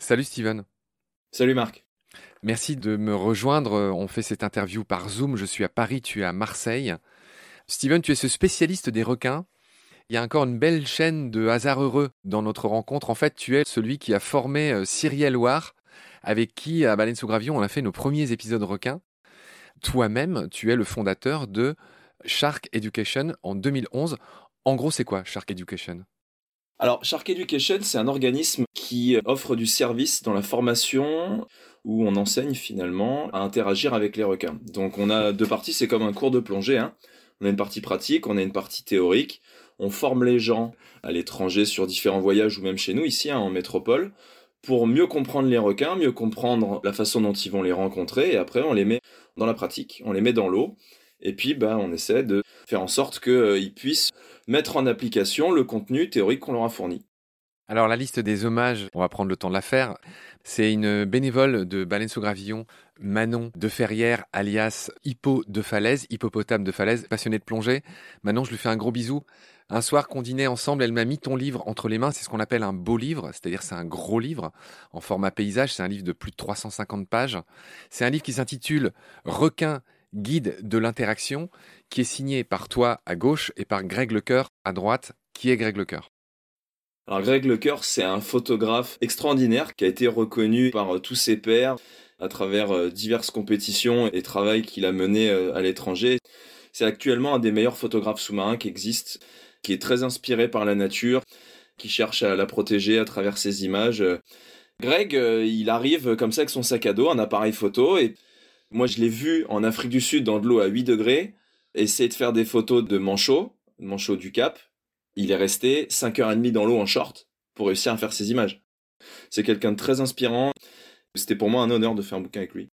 Salut Steven. Salut Marc. Merci de me rejoindre. On fait cette interview par Zoom. Je suis à Paris, tu es à Marseille. Steven, tu es ce spécialiste des requins. Il y a encore une belle chaîne de hasards heureux dans notre rencontre. En fait, tu es celui qui a formé Cyrielle Loire, avec qui, à Baleine sous Gravillon, on a fait nos premiers épisodes requins. Toi-même, tu es le fondateur de Shark Education en 2011. En gros, c'est quoi Shark Education? Alors, Shark Education, c'est un organisme qui offre du service dans la formation où on enseigne finalement à interagir avec les requins. Donc, on a deux parties, c'est comme un cours de plongée, hein. On a une partie pratique, on a une partie théorique. On forme les gens à l'étranger sur différents voyages ou même chez nous, ici, hein, en métropole, pour mieux comprendre les requins, mieux comprendre la façon dont ils vont les rencontrer. Et après, on les met dans la pratique, on les met dans l'eau. Et puis, on essaie de faire en sorte qu'ils puissent mettre en application le contenu théorique qu'on leur a fourni. Alors, la liste des hommages, on va prendre le temps de la faire. C'est une bénévole de Baleine sous Gravillon, Manon de Ferrière, alias Hippo de Falaise, hippopotame de Falaise, passionnée de plongée. Manon, je lui fais un gros bisou. Un soir qu'on dînait ensemble, elle m'a mis ton livre entre les mains. C'est ce qu'on appelle un beau livre, c'est-à-dire c'est un gros livre en format paysage. C'est un livre de plus de 350 pages. C'est un livre qui s'intitule Requin, guide de l'interaction, qui est signé par toi à gauche et par Greg Lecoeur à droite. Qui est Greg Lecoeur? Alors Greg Lecoeur, c'est un photographe extraordinaire qui a été reconnu par tous ses pairs à travers diverses compétitions et travail qu'il a mené à l'étranger. C'est actuellement un des meilleurs photographes sous-marins qui existe, qui est très inspiré par la nature, qui cherche à la protéger à travers ses images. Greg, il arrive comme ça avec son sac à dos, un appareil photo, et moi je l'ai vu en Afrique du Sud dans de l'eau à 8 degrés, essayer de faire des photos de manchots du Cap. Il est resté 5h30 dans l'eau en short pour réussir à faire ses images. C'est quelqu'un de très inspirant. C'était pour moi un honneur de faire un bouquin avec lui.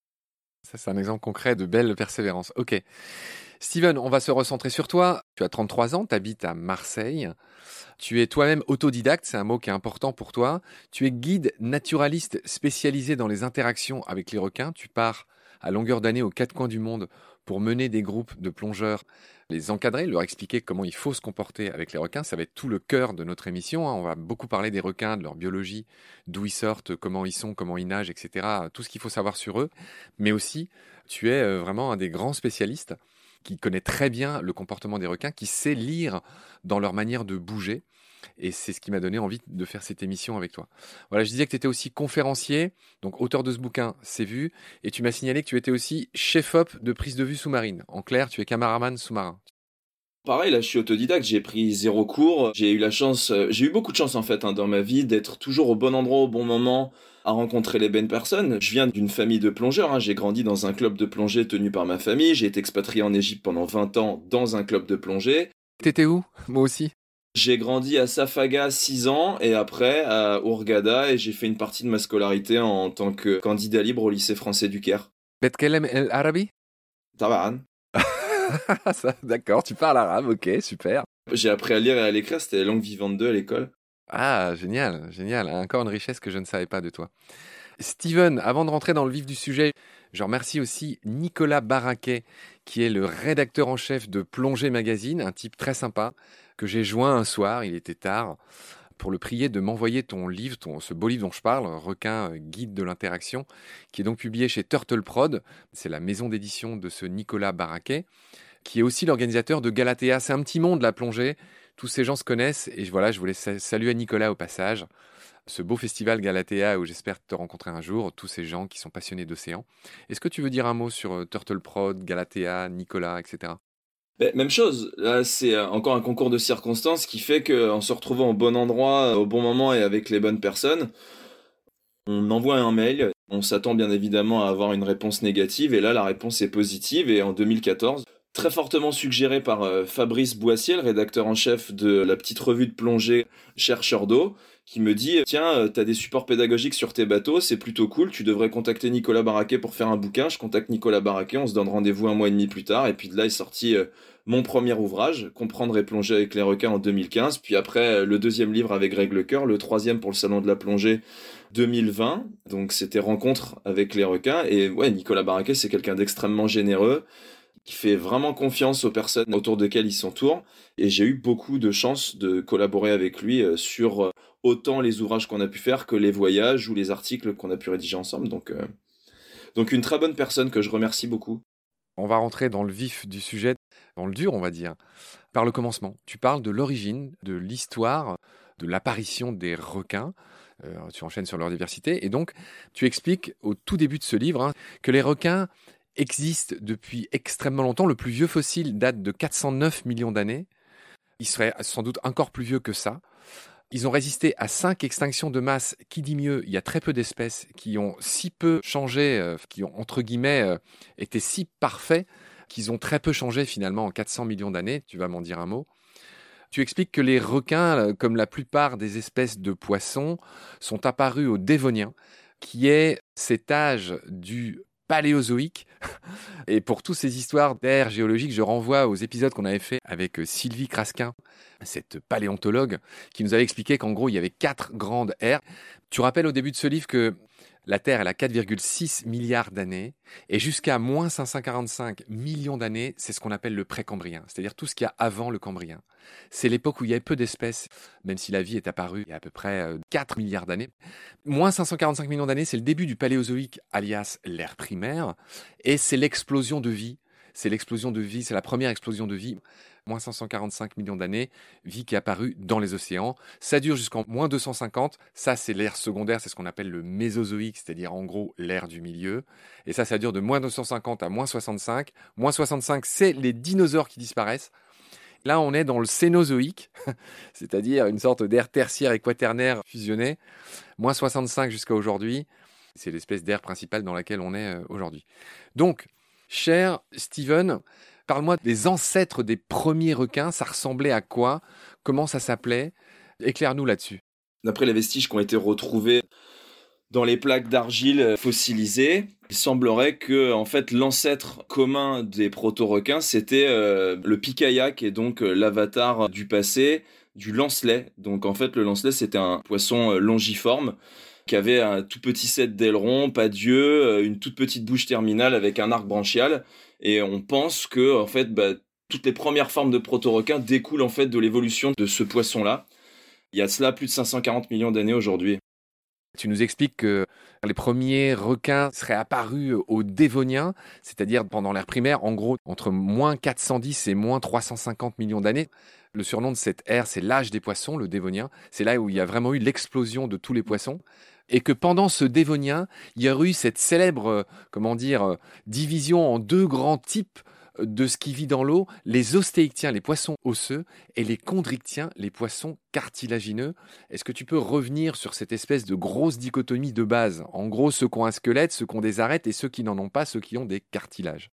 Ça, c'est un exemple concret de belle persévérance. Ok. Steven, on va se recentrer sur toi. Tu as 33 ans, tu habites à Marseille. Tu es toi-même autodidacte, c'est un mot qui est important pour toi. Tu es guide naturaliste spécialisé dans les interactions avec les requins. Tu pars à longueur d'année aux quatre coins du monde pour mener des groupes de plongeurs, les encadrer, leur expliquer comment il faut se comporter avec les requins. Ça va être tout le cœur de notre émission, hein. On va beaucoup parler des requins, de leur biologie, d'où ils sortent, comment ils sont, comment ils nagent, etc. Tout ce qu'il faut savoir sur eux. Mais aussi, tu es vraiment un des grands spécialistes qui connaît très bien le comportement des requins, qui sait lire dans leur manière de bouger. Et c'est ce qui m'a donné envie de faire cette émission avec toi. Voilà, je disais que tu étais aussi conférencier, donc auteur de ce bouquin, c'est vu. Et tu m'as signalé que tu étais aussi chef-op de prise de vue sous-marine. En clair, tu es camaraman sous-marin. Pareil, là, je suis autodidacte, j'ai pris 0 cours. J'ai eu beaucoup de chance en fait dans ma vie d'être toujours au bon endroit au bon moment, à rencontrer les bonnes personnes. Je viens d'une famille de plongeurs, hein. J'ai grandi dans un club de plongée tenu par ma famille. J'ai été expatrié en Égypte pendant 20 ans dans un club de plongée. T'étais où? Moi aussi. J'ai grandi à Safaga 6 ans et après à Hurghada et j'ai fait une partie de ma scolarité en tant que candidat libre au lycée français du Caire. Betkelem El Arabi? Tabaran. D'accord, tu parles arabe, ok, super. J'ai appris à lire et à l'écrire, c'était la langue vivante 2 à l'école. Ah, génial, génial. Encore une richesse que je ne savais pas de toi. Steven, avant de rentrer dans le vif du sujet, je remercie aussi Nicolas Barraquet, qui est le rédacteur en chef de Plongée Magazine, un type très sympa, que j'ai joint un soir, il était tard, pour le prier de m'envoyer ton livre, ce beau livre dont je parle, Requin, guide de l'interaction, qui est donc publié chez Turtle Prod. C'est la maison d'édition de ce Nicolas Barraquet, qui est aussi l'organisateur de Galatea. C'est un petit monde, la plongée. Tous ces gens se connaissent. Et voilà, je voulais saluer Nicolas au passage. Ce beau festival Galatea où j'espère te rencontrer un jour, tous ces gens qui sont passionnés d'océan. Est-ce que tu veux dire un mot sur Turtle Prod, Galatea, Nicolas, etc. Même chose, là c'est encore un concours de circonstances qui fait qu'en se retrouvant au bon endroit, au bon moment et avec les bonnes personnes, on envoie un mail, on s'attend bien évidemment à avoir une réponse négative et là la réponse est positive et en 2014, très fortement suggéré par Fabrice Boissier, le rédacteur en chef de la petite revue de plongée Chercheur d'eau, qui me dit tiens, t'as des supports pédagogiques sur tes bateaux, c'est plutôt cool, tu devrais contacter Nicolas Barraquet pour faire un bouquin. Je contacte Nicolas Barraquet, on se donne rendez-vous un mois et demi plus tard, et puis de là est sorti mon premier ouvrage, Comprendre et plonger avec les requins en 2015, puis après le deuxième livre avec Greg Lecoeur, le troisième pour le Salon de la plongée 2020, donc c'était Rencontre avec les requins, et ouais, Nicolas Barraquet c'est quelqu'un d'extrêmement généreux, qui fait vraiment confiance aux personnes autour desquelles il s'entoure. Et j'ai eu beaucoup de chance de collaborer avec lui sur autant les ouvrages qu'on a pu faire que les voyages ou les articles qu'on a pu rédiger ensemble. Donc une très bonne personne que je remercie beaucoup. On va rentrer dans le vif du sujet, dans le dur, on va dire, par le commencement. Tu parles de l'origine, de l'histoire, de l'apparition des requins. Tu enchaînes sur leur diversité. Et donc, tu expliques au tout début de ce livre que les requins existent depuis extrêmement longtemps. Le plus vieux fossile date de 409 millions d'années. Il serait sans doute encore plus vieux que ça. Ils ont résisté à 5 extinctions de masse. Qui dit mieux, il y a très peu d'espèces qui ont si peu changé, qui ont, entre guillemets, été si parfaits, qu'ils ont très peu changé finalement en 400 millions d'années. Tu vas m'en dire un mot. Tu expliques que les requins, comme la plupart des espèces de poissons, sont apparus au Dévonien, qui est cet âge du Paléozoïque. Et pour toutes ces histoires d'ère géologique, je renvoie aux épisodes qu'on avait fait avec Sylvie Crasquin, cette paléontologue, qui nous avait expliqué qu'en gros, il y avait 4 grandes ères. Tu rappelles au début de ce livre que la Terre, elle a 4,6 milliards d'années, et jusqu'à moins 545 millions d'années, c'est ce qu'on appelle le précambrien, c'est-à-dire tout ce qu'il y a avant le cambrien. C'est l'époque où il y avait peu d'espèces, même si la vie est apparue il y a à peu près 4 milliards d'années. Moins 545 millions d'années, c'est le début du Paléozoïque, alias l'ère primaire, et c'est l'explosion de vie. C'est l'explosion de vie, c'est la première explosion de vie. Moins 545 millions d'années, vie qui est apparue dans les océans. Ça dure jusqu'en moins 250. Ça, c'est l'ère secondaire, c'est ce qu'on appelle le Mésozoïque, c'est-à-dire en gros l'ère du milieu. Et ça dure de moins 250 à moins 65. Moins 65, c'est les dinosaures qui disparaissent. Là, on est dans le Cénozoïque, c'est-à-dire une sorte d'ère tertiaire et quaternaire fusionnée. Moins 65 jusqu'à aujourd'hui, c'est l'espèce d'ère principale dans laquelle on est aujourd'hui. Donc, cher Steven, parle-moi des ancêtres des premiers requins. Ça ressemblait à quoi? Comment ça s'appelait? Éclaire-nous là-dessus. D'après les vestiges qui ont été retrouvés dans les plaques d'argile fossilisées, il semblerait que en fait l'ancêtre commun des proto-requins c'était le pikaia, qui est donc l'avatar du passé du lancelet. Donc en fait le lancelet c'était un poisson longiforme qui avait un tout petit set d'ailerons, pas d'yeux, une toute petite bouche terminale avec un arc branchial, et on pense que en fait toutes les premières formes de proto-requins découlent en fait de l'évolution de ce poisson-là. Il y a de cela plus de 540 millions d'années aujourd'hui. Tu nous expliques que les premiers requins seraient apparus au Dévonien, c'est-à-dire pendant l'ère primaire, en gros entre moins 410 et moins 350 millions d'années. Le surnom de cette ère, c'est l'âge des poissons, le Dévonien. C'est là où il y a vraiment eu l'explosion de tous les poissons. Et que pendant ce Dévonien, il y aurait eu cette célèbre, division en 2 grands types de ce qui vit dans l'eau, les ostéictiens, les poissons osseux, et les chondrictiens, les poissons cartilagineux. Est-ce que tu peux revenir sur cette espèce de grosse dichotomie de base? En gros, ceux qui ont un squelette, ceux qui ont des arêtes, et ceux qui n'en ont pas, ceux qui ont des cartilages.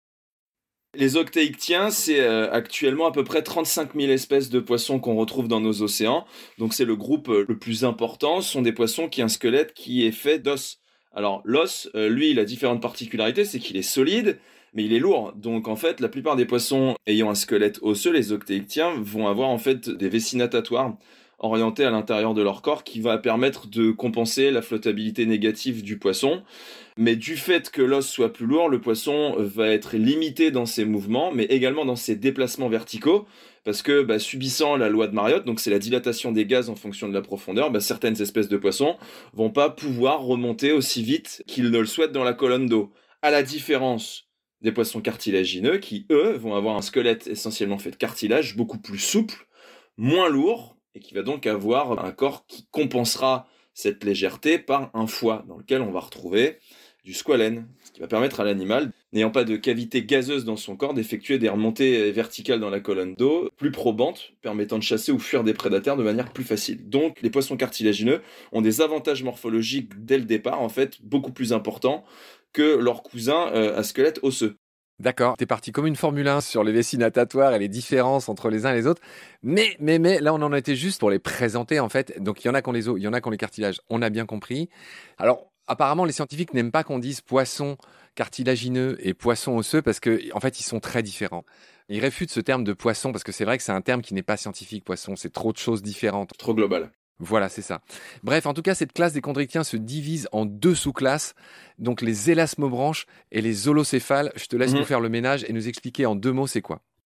Les octéictiens, c'est actuellement à peu près 35 000 espèces de poissons qu'on retrouve dans nos océans. Donc c'est le groupe le plus important. Ce sont des poissons qui ont un squelette qui est fait d'os. Alors l'os, lui, il a différentes particularités. C'est qu'il est solide, mais il est lourd. Donc en fait, la plupart des poissons ayant un squelette osseux, les octéictiens, vont avoir en fait des vessies natatoires orientées à l'intérieur de leur corps qui va permettre de compenser la flottabilité négative du poisson. Mais du fait que l'os soit plus lourd, le poisson va être limité dans ses mouvements, mais également dans ses déplacements verticaux, parce que subissant la loi de Mariotte, donc c'est la dilatation des gaz en fonction de la profondeur, certaines espèces de poissons vont pas pouvoir remonter aussi vite qu'ils ne le souhaitent dans la colonne d'eau. À la différence des poissons cartilagineux qui, eux, vont avoir un squelette essentiellement fait de cartilage, beaucoup plus souple, moins lourd, et qui va donc avoir un corps qui compensera cette légèreté par un foie dans lequel on va retrouver du squalène, ce qui va permettre à l'animal, n'ayant pas de cavité gazeuse dans son corps, d'effectuer des remontées verticales dans la colonne d'eau, plus probantes, permettant de chasser ou fuir des prédateurs de manière plus facile. Donc les poissons cartilagineux ont des avantages morphologiques dès le départ, en fait, beaucoup plus importants que leurs cousins à squelette osseux. D'accord, t'es parti comme une Formule 1 sur les vessies natatoires et les différences entre les uns et les autres. Mais, là, on en était juste pour les présenter, en fait. Donc, il y en a qui ont les os, il y en a qui ont les cartilages. On a bien compris. Alors, apparemment, les scientifiques n'aiment pas qu'on dise poisson cartilagineux et poisson osseux parce que, en fait, ils sont très différents. Ils réfutent ce terme de poisson parce que c'est vrai que c'est un terme qui n'est pas scientifique, poisson. C'est trop de choses différentes. Trop global. Voilà, c'est ça. Bref, en tout cas, cette classe des chondrictiens se divise en 2 sous-classes, donc les élasmobranches et les holocéphales. Je te laisse nous faire le ménage et nous expliquer en 2 mots c'est quoi.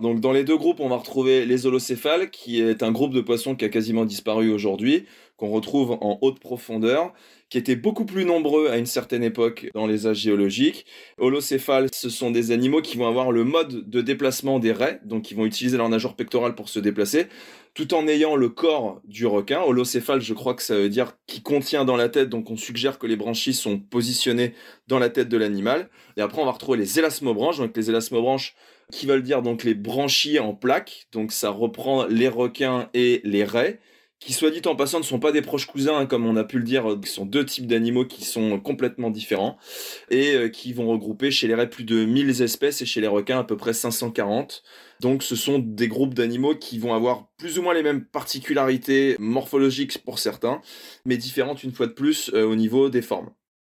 Donc dans les deux groupes, on va retrouver les holocéphales, qui est un groupe de poissons qui a quasiment disparu aujourd'hui, qu'on retrouve en haute profondeur, qui étaient beaucoup plus nombreux à une certaine époque dans les âges géologiques. Holocéphales, ce sont des animaux qui vont avoir le mode de déplacement des raies, donc qui vont utiliser leur nageoire pectorale pour se déplacer, tout en ayant le corps du requin. Holocéphale, je crois que ça veut dire qui contient dans la tête, donc on suggère que les branchies sont positionnées dans la tête de l'animal. Et après, on va retrouver les élasmobranches, donc les élasmobranches qui veulent dire donc les branchies en plaques, donc ça reprend les requins et les raies, qui soit dit en passant ne sont pas des proches cousins, hein, comme on a pu le dire, qui sont deux types d'animaux qui sont complètement différents, et qui vont regrouper chez les raies plus de 1000 espèces et chez les requins à peu près 540. Donc ce sont des groupes d'animaux qui vont avoir plus ou moins les mêmes particularités morphologiques pour certains, mais différentes une fois de plus au niveau des formes.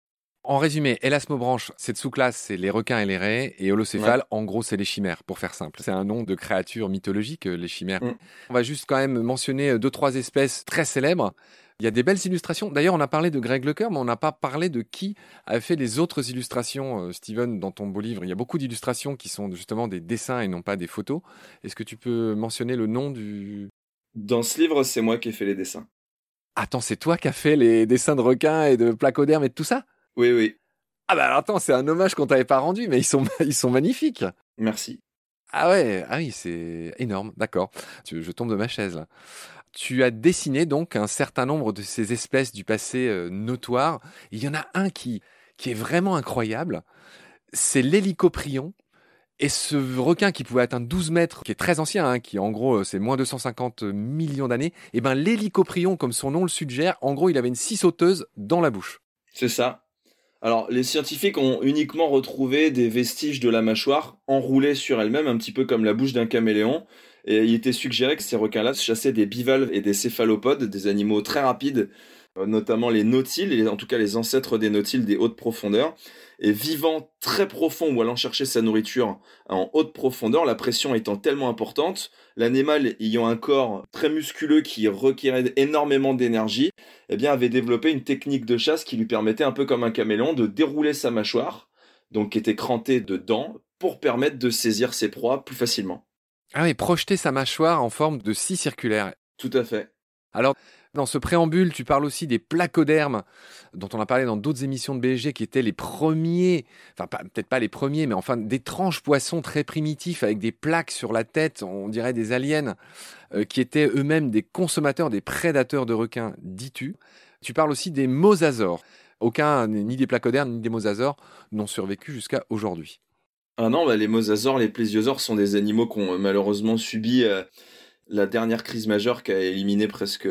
En résumé, élasmobranche, cette sous-classe, c'est les requins et les raies, et holocéphale, en gros, c'est les chimères, pour faire simple. C'est un nom de créature mythologique, les chimères. On va juste quand même mentionner 2-3 espèces très célèbres. Il y a des belles illustrations. D'ailleurs, on a parlé de Greg Lecoeur, mais on n'a pas parlé de qui a fait les autres illustrations, Steven, dans ton beau livre. Il y a beaucoup d'illustrations qui sont justement des dessins et non pas des photos. Est-ce que tu peux mentionner le nom du... Dans ce livre, c'est moi qui ai fait les dessins. Attends, c'est toi qui as fait les dessins de requins et de placodermes et de tout ça? Oui, oui. Ah bah alors attends, c'est un hommage qu'on t'avait pas rendu, mais ils sont magnifiques. Merci. Ah ouais, ah oui, c'est énorme, d'accord. Je tombe de ma chaise là. Tu as dessiné donc un certain nombre de ces espèces du passé notoire. Il y en a un qui est vraiment incroyable, c'est l'hélicoprion. Et ce requin qui pouvait atteindre 12 mètres, qui est très ancien, hein, qui en gros c'est moins 250 millions d'années, et ben l'hélicoprion, comme son nom le suggère, en gros il avait une scie sauteuse dans la bouche. C'est ça. Alors, les scientifiques ont uniquement retrouvé des vestiges de la mâchoire enroulée sur elle-même, un petit peu comme la bouche d'un caméléon. Et il était suggéré que ces requins-là chassaient des bivalves et des céphalopodes, des animaux très rapides, notamment les nautiles, et en tout cas les ancêtres des nautiles des hautes profondeurs. Et vivant très profond ou allant chercher sa nourriture en haute profondeur, la pression étant tellement importante, l'animal ayant un corps très musculeux qui requérait énormément d'énergie, eh bien, avait développé une technique de chasse qui lui permettait, un peu comme un caméléon, de dérouler sa mâchoire, donc qui était crantée de dents, pour permettre de saisir ses proies plus facilement. Ah oui, projeter sa mâchoire en forme de scie circulaire. Tout à fait. Alors, dans ce préambule, tu parles aussi des placodermes, dont on a parlé dans d'autres émissions de BSG, qui étaient les premiers, enfin peut-être pas les premiers, mais enfin d'étranges poissons très primitifs avec des plaques sur la tête, on dirait des aliens, qui étaient eux-mêmes des consommateurs, des prédateurs de requins, dis-tu. Tu parles aussi des mosasaures. Aucun, ni des placodermes, ni des mosasaures, n'ont survécu jusqu'à aujourd'hui. Ah non, les mosasaures, les plésiosaures sont des animaux qui ont malheureusement subi la dernière crise majeure qui a éliminé presque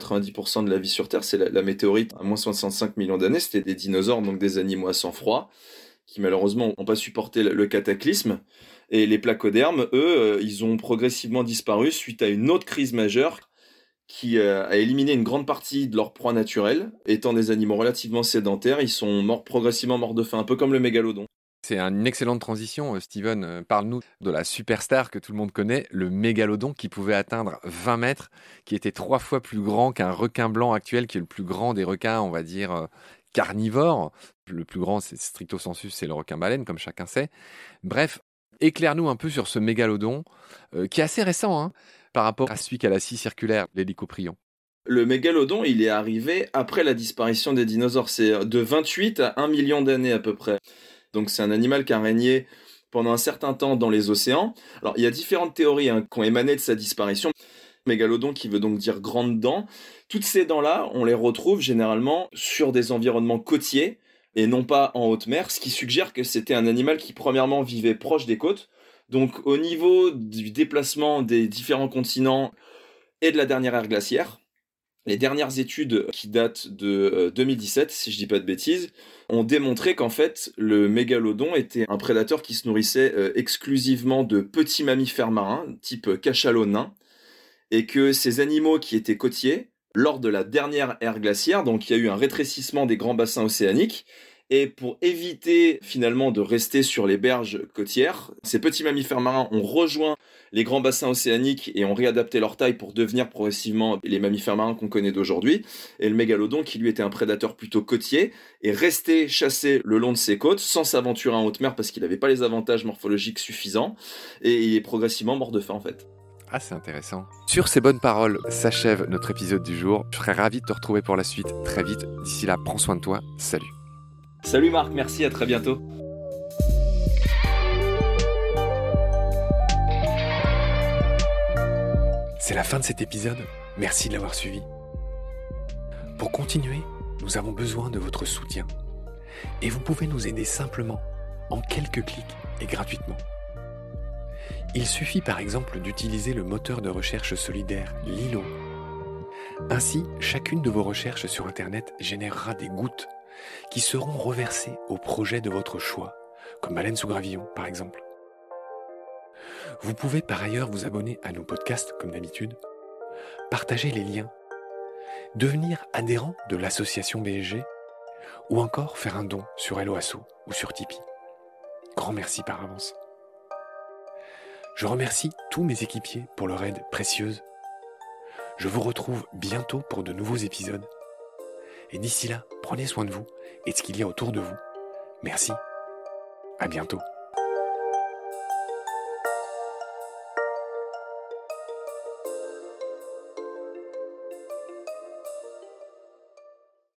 90% de la vie sur Terre. C'est la météorite à moins 65 millions d'années. C'était des dinosaures, donc des animaux à sang froid, qui malheureusement n'ont pas supporté le cataclysme. Et les placodermes, eux, ils ont progressivement disparu suite à une autre crise majeure qui a éliminé une grande partie de leur proie naturelle. Étant des animaux relativement sédentaires, ils sont progressivement morts de faim, un peu comme le mégalodon. C'est une excellente transition, Steven. Parle-nous de la superstar que tout le monde connaît, le mégalodon, qui pouvait atteindre 20 mètres, qui était 3 fois plus grand qu'un requin blanc actuel, qui est le plus grand des requins, on va dire, carnivores. Le plus grand, c'est stricto sensu, c'est le requin-baleine, comme chacun sait. Bref, éclaire-nous un peu sur ce mégalodon, qui est assez récent, hein, par rapport à celui qui a la scie circulaire, l'hélicoprion. Le mégalodon, il est arrivé après la disparition des dinosaures. C'est de 28 à 1 million d'années à peu près. Donc c'est un animal qui a régné pendant un certain temps dans les océans. Alors il y a différentes théories qui ont émané de sa disparition. Mégalodon qui veut donc dire grande dent. Toutes ces dents-là, on les retrouve généralement sur des environnements côtiers et non pas en haute mer, ce qui suggère que c'était un animal qui premièrement vivait proche des côtes. Donc au niveau du déplacement des différents continents et de la dernière ère glaciaire, les dernières études qui datent de 2017, si je dis pas de bêtises, ont démontré qu'en fait, le mégalodon était un prédateur qui se nourrissait exclusivement de petits mammifères marins, type cachalot nain, et que ces animaux qui étaient côtiers, lors de la dernière ère glaciaire, donc il y a eu un rétrécissement des grands bassins océaniques, Et pour éviter finalement de rester sur les berges côtières, ces petits mammifères marins ont rejoint les grands bassins océaniques et ont réadapté leur taille pour devenir progressivement les mammifères marins qu'on connaît d'aujourd'hui. Et le mégalodon, qui lui était un prédateur plutôt côtier, est resté chasser le long de ses côtes sans s'aventurer en haute mer parce qu'il n'avait pas les avantages morphologiques suffisants et il est progressivement mort de faim en fait. Ah, c'est intéressant. Sur ces bonnes paroles s'achève notre épisode du jour. Je serais ravi de te retrouver pour la suite très vite. D'ici là, prends soin de toi. Salut. Salut Marc, merci, à très bientôt. C'est la fin de cet épisode. Merci de l'avoir suivi. Pour continuer, nous avons besoin de votre soutien. Et vous pouvez nous aider simplement, en quelques clics et gratuitement. Il suffit par exemple d'utiliser le moteur de recherche solidaire Lilo. Ainsi, chacune de vos recherches sur Internet générera des gouttes qui seront reversées au projet de votre choix, comme Baleine sous gravillon par exemple. Vous pouvez par ailleurs vous abonner à nos podcasts comme d'habitude, partager les liens, devenir adhérent de l'association BSG ou encore faire un don sur Helloasso ou sur Tipeee. Grand merci par avance. Je remercie tous mes équipiers pour leur aide précieuse. Je vous retrouve bientôt pour de nouveaux épisodes. Et d'ici là, prenez soin de vous et de ce qu'il y a autour de vous. Merci. À bientôt.